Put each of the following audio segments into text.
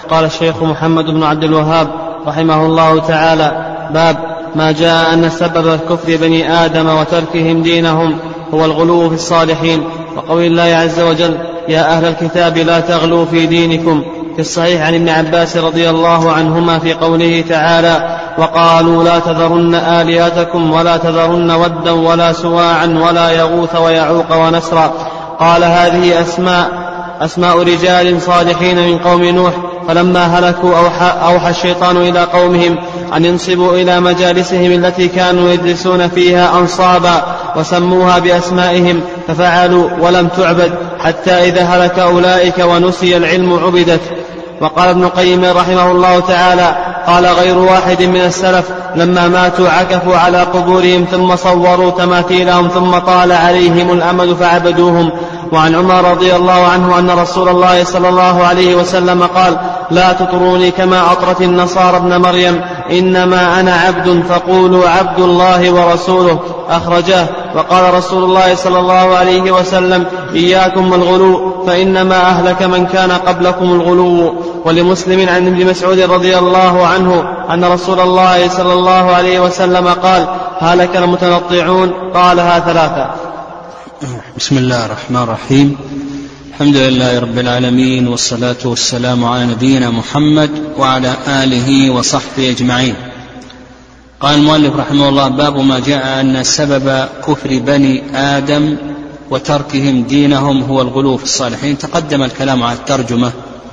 قال الشيخ محمد بن عبد الوهاب رحمه الله تعالى: باب ما جاء أن سبب كفر بني آدم وتركهم دينهم هو الغلو في الصالحين، وقول الله عز وجل: يا أهل الكتاب لا تغلوا في دينكم، في الصحيح عن ابن عباس رضي الله عنهما في قوله تعالى: وقالوا لا تذرن آلهتكم ولا تذرن ودا ولا سواعا ولا يغوث ويعوق ونسرا. قال: هذه أسماء رجال صالحين من قوم نوح، فلما هلكوا أوحى الشيطان إلى قومهم أن ينصبوا إلى مجالسهم التي كانوا يجلسون فيها أنصابا، وسموها بأسمائهم، ففعلوا ولم تعبد، حتى إذا هلك أولئك ونسي العلم عبدت. وقال ابن القيم رحمه الله تعالى: قال غير واحد من السلف لما ماتوا عكفوا على قبورهم ثم صوروا تماثيلهم ثم طال عليهم الأمد فعبدوهم. وعن عمر رضي الله عنه أن رسول الله صلى الله عليه وسلم قال: لا تطروني كما أطرت النصارى ابن مريم، إنما أنا عبد فقولوا عبد الله ورسوله، أخرجاه. وقال رسول الله صلى الله عليه وسلم: إياكم والغلو فإنما أهلك من كان قبلكم الغلو. ولمسلم عن ابن مسعود رضي الله عنه أن رسول الله صلى الله عليه وسلم قال: هلك المتنطعون، قالها ثلاثة. بسم الله الرحمن الرحيم. الحمد لله رب العالمين، والصلاة والسلام على نبينا محمد وعلى آله وصحبه أجمعين. قال المؤلف رحمه الله: باب ما جاء أن سبب كفر بني آدم وتركهم دينهم هو الغلو في الصالحين. تقدم الكلام على الترجمة،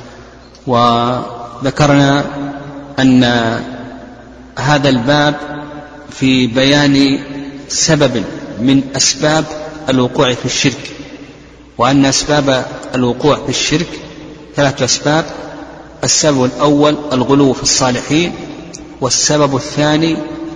وذكرنا أن هذا الباب في بيان سبب من أسباب الوقوع في الشرك، وأن أسباب الوقوع في الشرك ثلاثة أسباب: السبب الأول الغلو في الصالحين، والسبب الثاني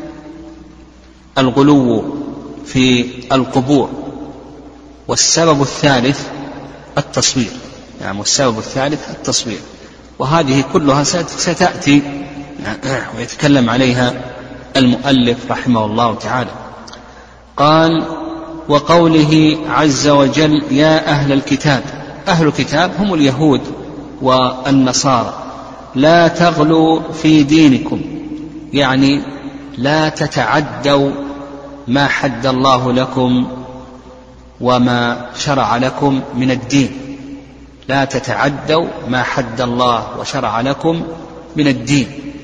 الغلو في القبور، والسبب الثالث التصوير. يعني والسبب الثالث التصوير. وهذه كلها ستأتي ويتكلم عليها المؤلف رحمه الله تعالى. قال: وقوله عز وجل: يا أهل الكتاب. أهل الكتاب هم اليهود والنصارى. لا تغلوا في دينكم، يعني لا تتعدوا ما حد الله لكم وما شرع لكم من الدين. لا تتعدوا ما حد الله وشرع لكم من الدين.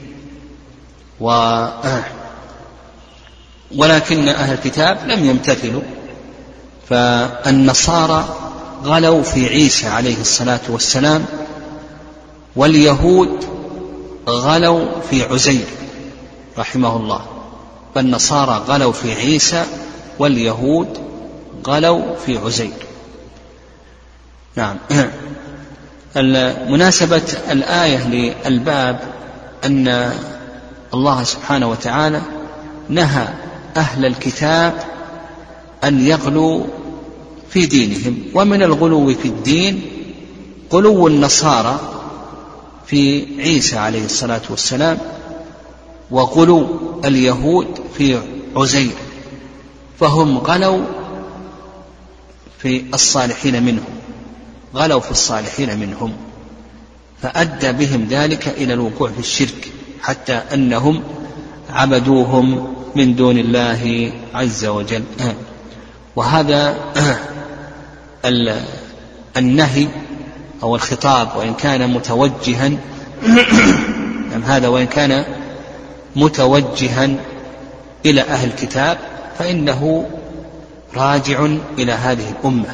ولكن أهل الكتاب لم يمتثلوا، فالنصارى غلوا في عيسى عليه الصلاة والسلام، واليهود غلوا في عزير رحمه الله. فالنصارى غلوا في عيسى، واليهود غلوا في عزير. نعم. مناسبة الآية للباب أن الله سبحانه وتعالى نهى أهل الكتاب أن يغلوا في دينهم. ومن الغلو في الدين غلو النصارى في عيسى عليه الصلاة والسلام، وغلو اليهود في عزير، فهم غلوا في الصالحين منهم، غلوا في الصالحين منهم، فأدى بهم ذلك إلى الوقوع في الشرك، حتى أنهم عبدوهم من دون الله عز وجل. وهذا النهي أو الخطاب وإن كان متوجها هذا وإن كان متوجها إلى أهل الكتاب، فإنه راجع إلى هذه الأمة،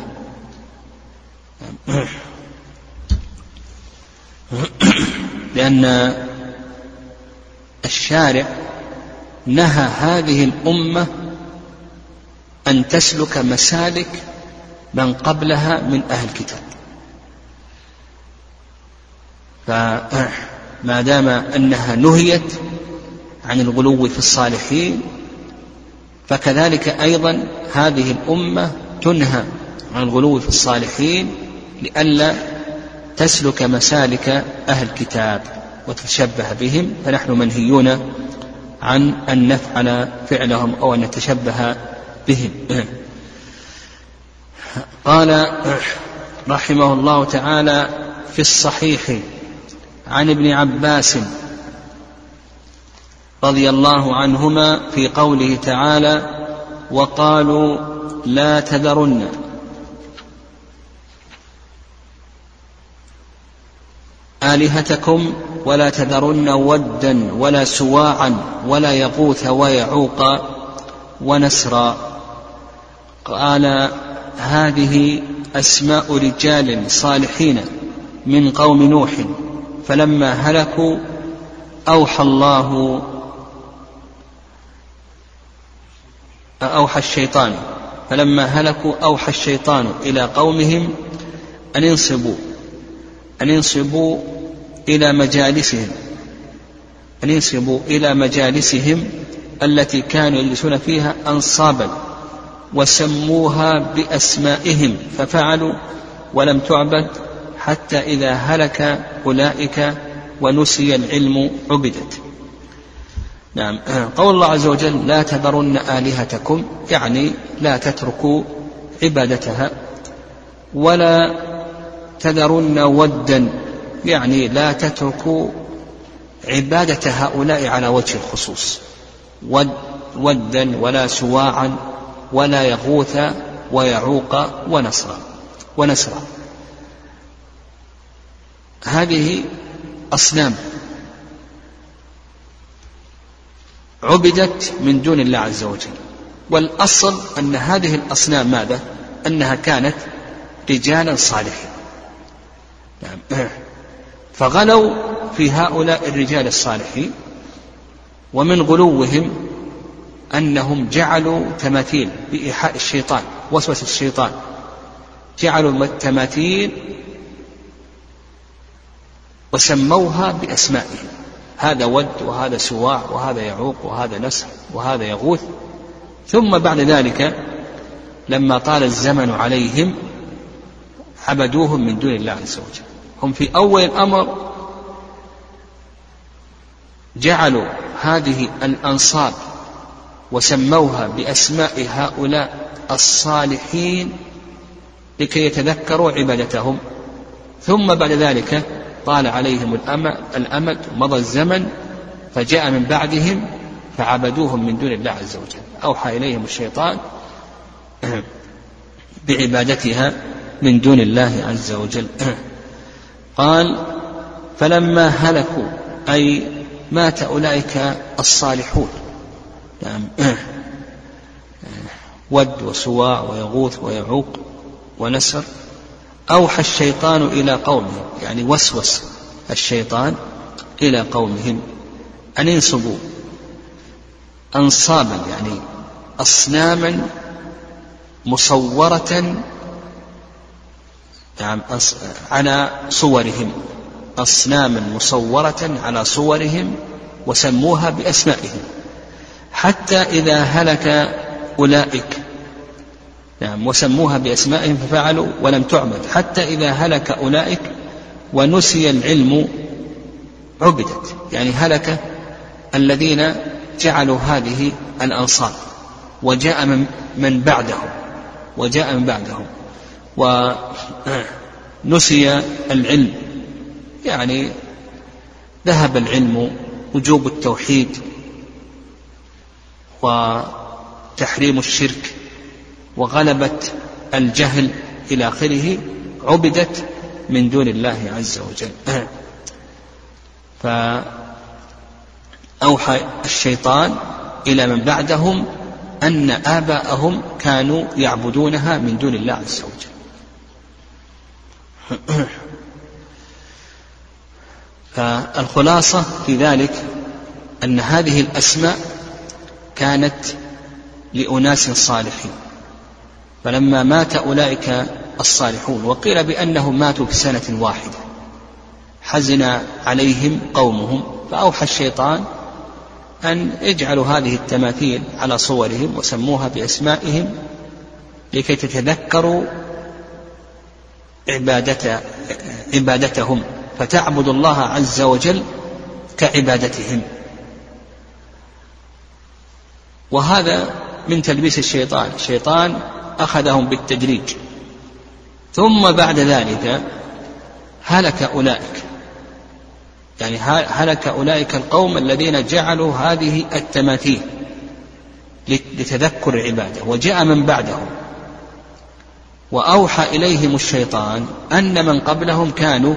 لأن الشارع نهى هذه الأمة أن تسلك مسالك من قبلها من أهل الكتاب. فما دام أنها نهيت عن الغلو في الصالحين، فكذلك أيضا هذه الأمة تنهى عن الغلو في الصالحين لئلا تسلك مسالك أهل الكتاب وتتشبه بهم. فنحن منهيون عن أن نفعل فعلهم أو أن نتشبه بهم. قال رحمه الله تعالى: في الصحيح عن ابن عباس رضي الله عنهما في قوله تعالى: وقالوا لا تذرن آلهتكم ولا تذرن ودا ولا سواعا ولا يغوث ويعوق ونسرا. قال: هذه أسماء رجال صالحين من قوم نوح، فلما هلكوا أوحى الشيطان إلى قومهم أن ينصبوا إلى مجالسهم التي كانوا يجلسون فيها أنصابا، وسموها بأسمائهم ففعلوا ولم تعبد، حتى إذا هلك أولئك ونسي العلم عبدت. نعم. قول الله عز وجل: لا تذرن آلهتكم، يعني لا تتركوا عبادتها، ولا تذرن ودا، يعني لا تتركوا عبادة هؤلاء على وجه الخصوص، ودا ولا سواعا ولا يغوث ويعوق ونسرا. هذه أصنام عبدت من دون الله عز وجل، والأصل أن هذه الأصنام ماذا؟ أنها كانت رجالا صالحين، فغلوا في هؤلاء الرجال الصالحين، ومن غلوهم أنهم جعلوا تماثيل بإيحاء الشيطان، وسوس الشيطان، جعلوا تماثيل وسموها بأسمائهم، هذا ود وهذا سواع وهذا يعوق وهذا نسر وهذا يغوث. ثم بعد ذلك لما طال الزمن عليهم عبدوهم من دون الله عز وجل. هم في أول الأمر جعلوا هذه الأنصاب وسموها بأسماء هؤلاء الصالحين لكي يتذكروا عبادتهم، ثم بعد ذلك طال عليهم الأمد ومضى الزمن، فجاء من بعدهم فعبدوهم من دون الله عز وجل، أوحى إليهم الشيطان بعبادتها من دون الله عز وجل. قال: فلما هلكوا، أي مات أولئك الصالحون، ود وسواع ويغوث ويعوق ونسر، أوحى الشيطان إلى قومهم، يعني وسوس الشيطان إلى قومهم أن ينصبوا أنصابا، يعني أصناما مصورة على صورهم، أصناما مصورة على صورهم، وسموها بأسمائهم، حتى إذا هلك أولئك، وسموها بأسمائهم ففعلوا ولم تعبد، حتى إذا هلك أولئك ونسي العلم عبدت، يعني هلك الذين جعلوا هذه الأنصاب، وجاء من بعدهم ونسي العلم، يعني ذهب العلم، وجوب التوحيد وتحريم الشرك وغلبة الجهل إلى آخره، عبدت من دون الله عز وجل. فأوحى الشيطان إلى من بعدهم أن آباءهم كانوا يعبدونها من دون الله عز وجل. فالخلاصة في ذلك أن هذه الأسماء كانت لأناس صالحين، فلما مات أولئك الصالحون، وقيل بأنهم ماتوا في سنة واحدة، حزن عليهم قومهم، فأوحى الشيطان أن يجعلوا هذه التماثيل على صورهم وسموها بأسمائهم لكي تتذكروا عبادتهم، فتعبد الله عز وجل كعبادتهم. وهذا من تلبيس الشيطان أخذهم بالتدريج، ثم بعد ذلك هلك أولئك، يعني هلك أولئك القوم الذين جعلوا هذه التماثيل لتذكر العبادة، وجاء من بعدهم وأوحى إليهم الشيطان أن من قبلهم كانوا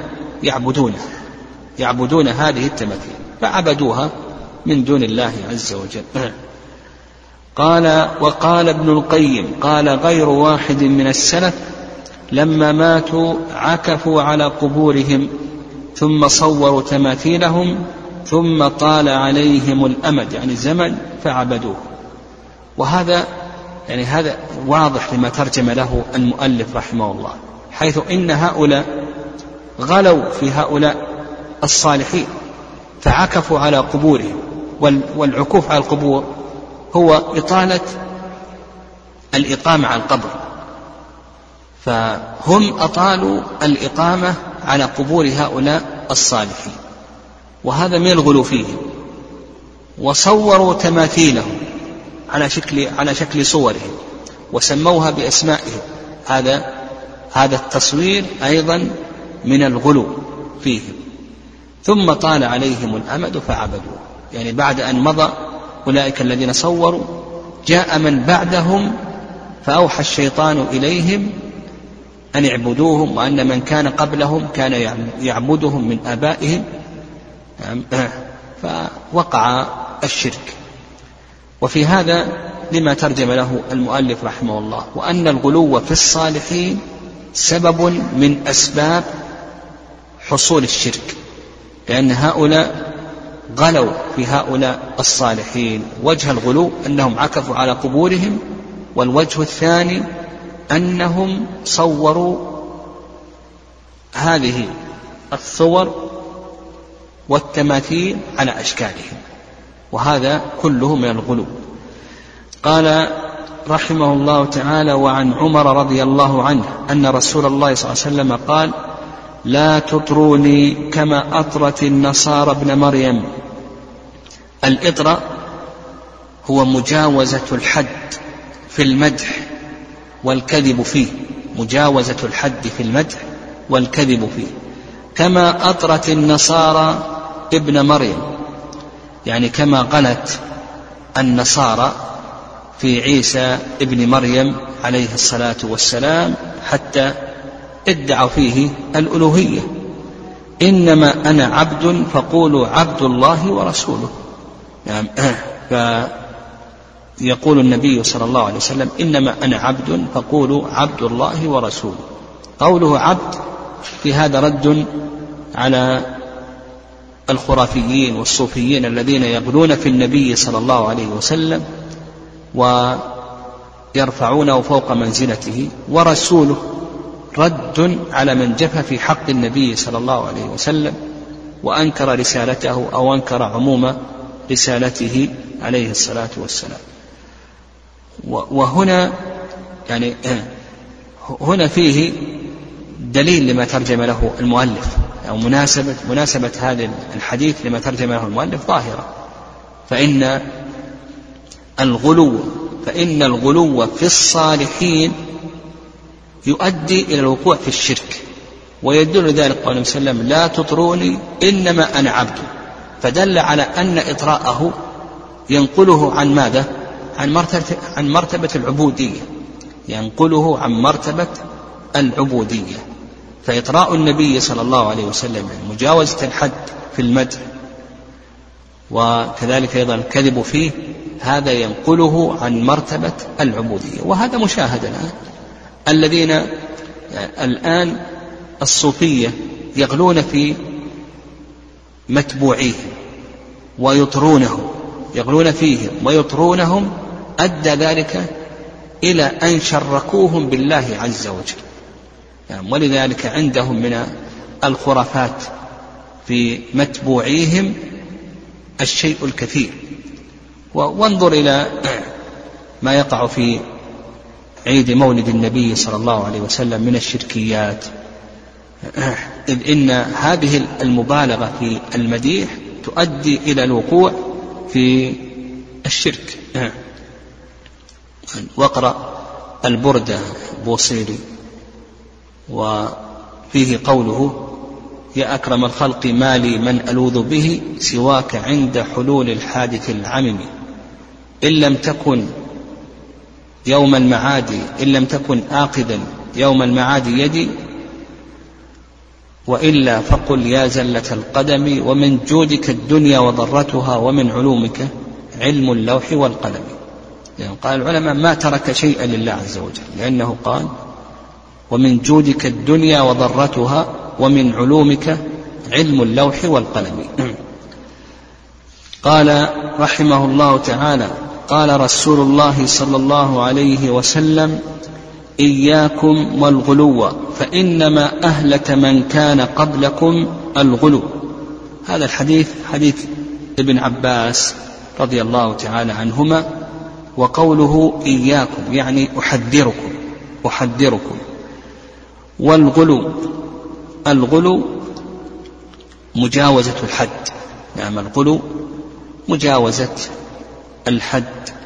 يعبدون هذه التماثيل فعبدوها من دون الله عز وجل. وقال ابن القيم قال غير واحد من السلف لما ماتوا عكفوا على قبورهم ثم صوروا تماثيلهم ثم طال عليهم الأمد يعني الزمن فعبدوه. وهذا يعني هذا واضح لما ترجم له المؤلف رحمه الله، حيث إن هؤلاء غلوا في هؤلاء الصالحين فعكفوا على قبورهم، والعكوف على القبور هو إطالة الإقامة على القبر، فهم أطالوا الإقامة على قبور هؤلاء الصالحين، وهذا من الغلو فيهم. وصوروا تماثيلهم على شكل صورهم وسموها بأسمائهم، هذا التصوير أيضا من الغلو فيهم. ثم طال عليهم الأمد فعبدوه، يعني بعد أن مضى أولئك الذين صوروا جاء من بعدهم فأوحى الشيطان إليهم أن يعبدوهم، وأن من كان قبلهم كان يعبدهم من آبائهم، فوقع الشرك. وفي هذا لما ترجم له المؤلف رحمه الله، وأن الغلو في الصالحين سبب من أسباب حصول الشرك، لأن هؤلاء غلوا في هؤلاء الصالحين. وجه الغلو أنهم عكفوا على قبورهم، والوجه الثاني أنهم صوروا هذه الصور والتماثيل على أشكالهم، وهذا كله من الغلو. قال رحمه الله تعالى: وعن عمر رضي الله عنه أن رسول الله صلى الله عليه وسلم قال: لا تطروني كما أطرت النصارى ابن مريم. الإطراء هو مجاوزة الحد في المدح والكذب فيه، مجاوزة الحد في المدح والكذب فيه. كما أطرت النصارى ابن مريم، يعني كما غلت النصارى في عيسى ابن مريم عليه الصلاة والسلام حتى ادعوا فيه الألوهية. إنما أنا عبد فقولوا عبد الله ورسوله، يعني فيقول النبي صلى الله عليه وسلم: إنما أنا عبد فقولوا عبد الله ورسوله. قوله عبد في هذا رد على الخرافيين والصوفيين الذين يغلون في النبي صلى الله عليه وسلم ويرفعونه فوق منزلته، ورسوله رد على من جفى في حق النبي صلى الله عليه وسلم وأنكر رسالته أو أنكر عموم رسالته عليه الصلاة والسلام. وهنا يعني هنا فيه دليل لما ترجم له المؤلف، أو مناسبة هذا الحديث لما ترجم له المؤلف ظاهرة. فإن الغلو في الصالحين يؤدي إلى الوقوع في الشرك، ويدل ذلك قوله صلى الله عليه وسلم: لا تطروني إنما أنا عبد، فدل على أن إطراءه ينقله عن ماذا؟ عن مرتبة العبودية، ينقله عن مرتبة العبودية. فإطراء النبي صلى الله عليه وسلم مجاوزة الحد في المدح وكذلك أيضا الكذب فيه، هذا ينقله عن مرتبة العبودية. وهذا مشاهد الآن، الذين الآن الصوفية يغلون في متبوعيهم ويطرونهم، يغلون فيهم ويطرونهم، أدى ذلك إلى أن شركوهم بالله عز وجل. يعني ولذلك عندهم من الخرافات في متبوعيهم الشيء الكثير. وانظر إلى ما يقع في عيد مولد النبي صلى الله عليه وسلم من الشركيات، إذ إن هذه المبالغة في المديح تؤدي إلى الوقوع في الشرك. واقرأ البردة بوصيري وفيه قوله: يا أكرم الخلق ما لي من ألوذ به سواك عند حلول الحادث العمم، إن لم تكن يوم المعاد إن لم تكن آقدا يوم المعاد يدي، وإلا فقل يا زلة القدم، ومن جودك الدنيا وضرتها، ومن علومك علم اللوح والقلم. يعني قال العلماء ما ترك شيئا لله عز وجل، لأنه قال ومن جودك الدنيا وضرتها، ومن علومك علم اللوح والقلم. قال رحمه الله تعالى: قال رسول الله صلى الله عليه وسلم: إياكم والغلو فإنما أهلك من كان قبلكم الغلو. هذا الحديث حديث ابن عباس رضي الله تعالى عنهما. وقوله إياكم يعني أحذركم. والغلو مجاوزة الحد. نعم، الغلو مجاوزة الحد.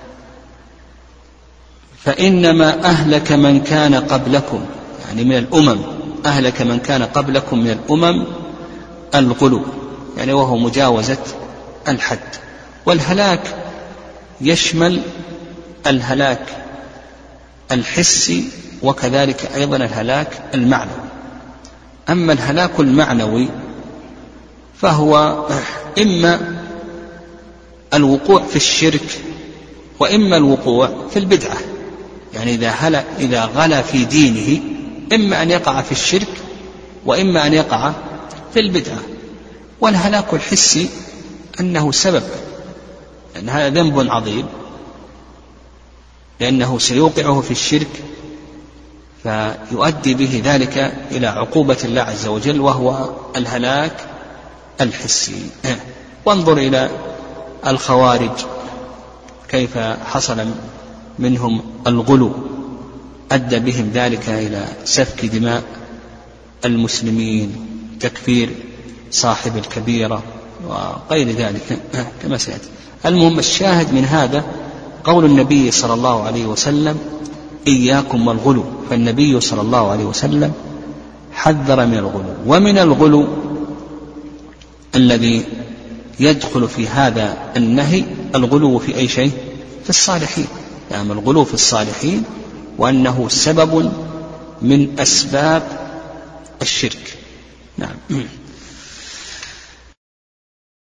فإنما أهلك من كان قبلكم، يعني من الأمم، أهلك من كان قبلكم من الأمم الغلو، يعني وهو مجاوزة الحد. والهلاك يشمل الهلاك الحسي وكذلك أيضا الهلاك المعنوي. أما الهلاك المعنوي فهو إما الوقوع في الشرك وإما الوقوع في البدعة. يعني إذا غلا في دينه إما أن يقع في الشرك وإما أن يقع في البدعة. والهلاك الحسي أنه سبب، لأن هذا ذنب عظيم، لأنه سيوقعه في الشرك فيؤدي به ذلك إلى عقوبة الله عز وجل، وهو الهلاك الحسي. وانظر إلى الخوارج كيف حصل منهم الغلو، أدى بهم ذلك إلى سفك دماء المسلمين، تكفير صاحب الكبيرة وغير ذلك كما سيأتي. المهم الشاهد من هذا قول النبي صلى الله عليه وسلم: إياكم والغلو. فالنبي صلى الله عليه وسلم حذر من الغلو. ومن الغلو الذي يدخل في هذا النهي الغلو في أي شيء؟ في الصالحين. يعني الغلو في الصالحين، وأنه سبب من أسباب الشرك. نعم.